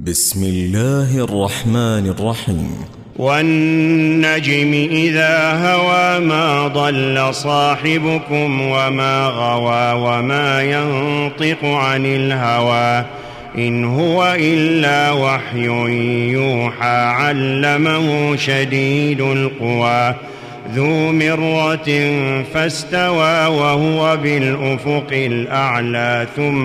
بسم الله الرحمن الرحيم. والنجم إذا هوى ما ضل صاحبكم وما غوى وما ينطق عن الهوى إن هو إلا وحي يوحى علمه شديد القوى ذو مرة فاستوى وهو بالأفق الأعلى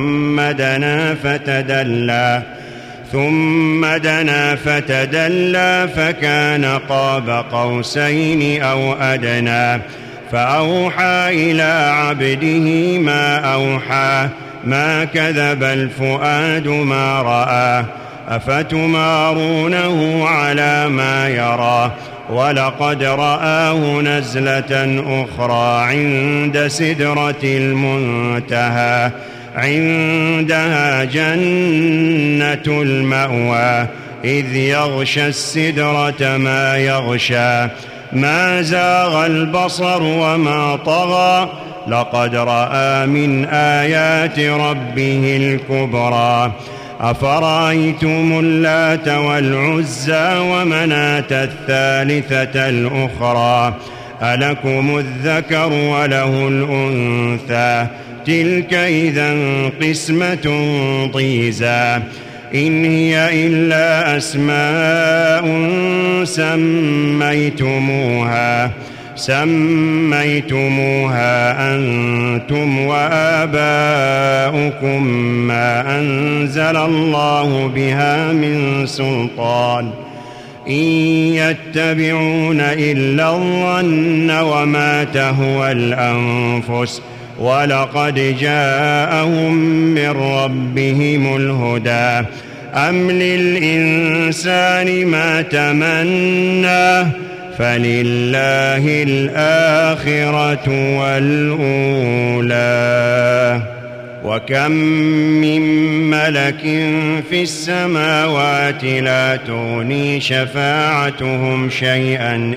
ثم دنا فتدلى فكان قاب قوسين أو أدنى فأوحى إلى عبده ما أوحى ما كذب الفؤاد ما رأى أفتمارونه على ما يرى ولقد رآه نزلة أخرى عند سدرة المنتهى عندها جنة المأوى إذ يغشى السدرة ما يغشى ما زاغ البصر وما طغى لقد رأى من آيات ربه الكبرى أفرأيتم اللات والعزى ومناة الثالثة الأخرى ألكم الذكر وله الأنثى تلك إذا قسمة ضيزى إن هي إلا أسماء سميتموها أنتم وآباؤكم ما أنزل الله بها من سلطان إن يتبعون إلا الظن وما تهوى الأنفس ولقد جاءهم من ربهم الهدى أم للإنسان ما تمنى فلله الآخرة والأولى وكم من ملك في السماوات لا تغني شفاعتهم شيئا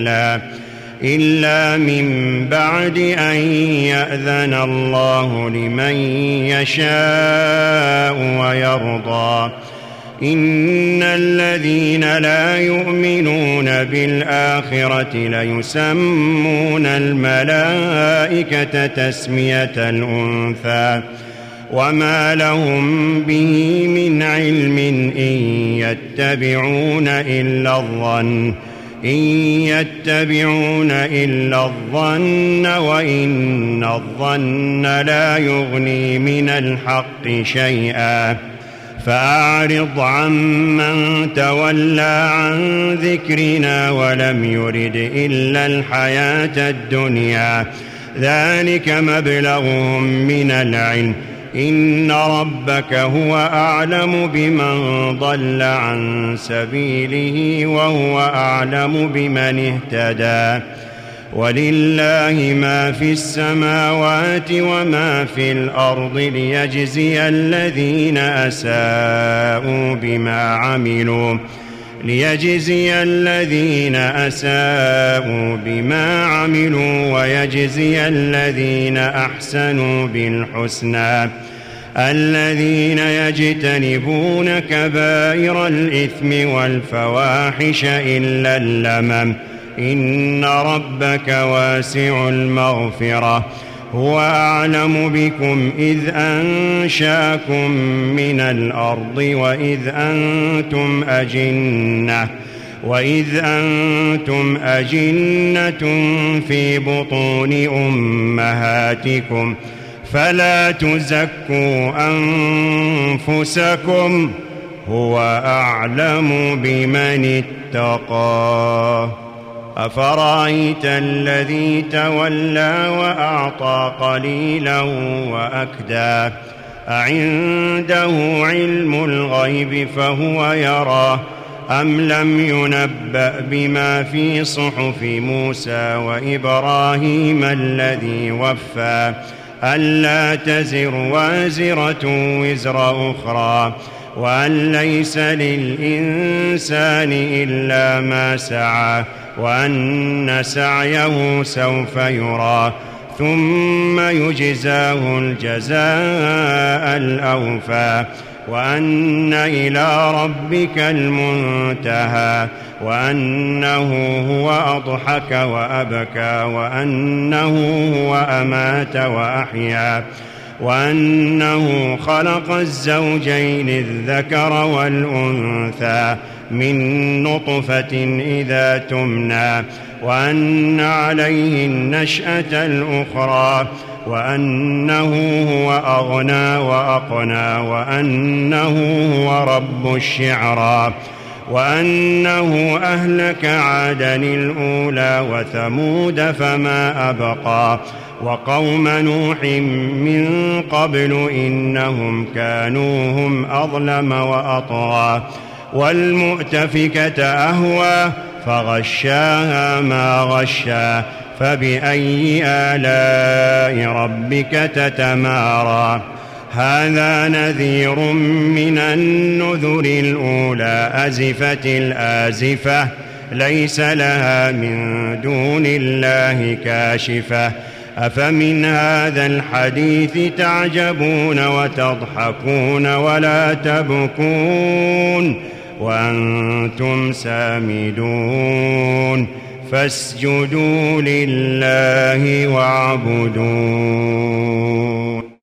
إلا من بعد أن يأذن الله لمن يشاء ويرضى إن الذين لا يؤمنون بالآخرة ليسمون الملائكة تسمية الأنثى وما لهم به من علم إن يتبعون إلا الظن وإن الظن لا يغني من الحق شيئا فأعرض عمن تولى عن ذكرنا ولم يرد إلا الحياة الدنيا ذلك مبلغهم من العلم إن ربك هو أعلم بمن ضل عن سبيله وهو أعلم بمن اهتدى ولله ما في السماوات وما في الأرض ليجزي الذين أساءوا بما عملوا ويجزي الذين أحسنوا بالحسنى الذين يجتنبون كبائر الإثم والفواحش إلا اللمم إن ربك واسع المغفرة هو أعلم بكم إذ أنشاكم من الأرض وإذ أنتم أجنة في بطون أمهاتكم فلا تزكوا أنفسكم هو أعلم بمن اتقى أفرأيت الذي تولى وأعطى قليلا وأكدى أعنده علم الغيب فهو يرى أم لم ينبأ بما في صحف موسى وإبراهيم الذي وفى ألا تزر وازرة وزر أخرى وأن ليس للإنسان إلا ما سعى وأن سعيه سوف يرى ثم يجزاه الجزاء الأوفى وأن إلى ربك المنتهى وأنه هو أضحك وأبكى وأنه هو أمات وأحيا وأنه خلق الزوجين الذكر والأنثى من نطفة إذا تمنى وأن عليه النشأة الأخرى وأنه هو أغنى وأقنى وأنه هو رب الشعرى وأنه أهلك عادا الأولى وثمود فما أبقى وقوم نوح من قبل إنهم كانوا هم أظلم وأطغى والمؤتفكة أهوى فغشاها ما غشا فبأي آلاء ربك تتمارى هذا نذير من النذر الأولى أزفت الآزفة ليس لها من دون الله كاشفة أفمن هذا الحديث تعجبون وتضحكون ولا تبكون وأنتم سامدون فاسجدوا لله واعبدون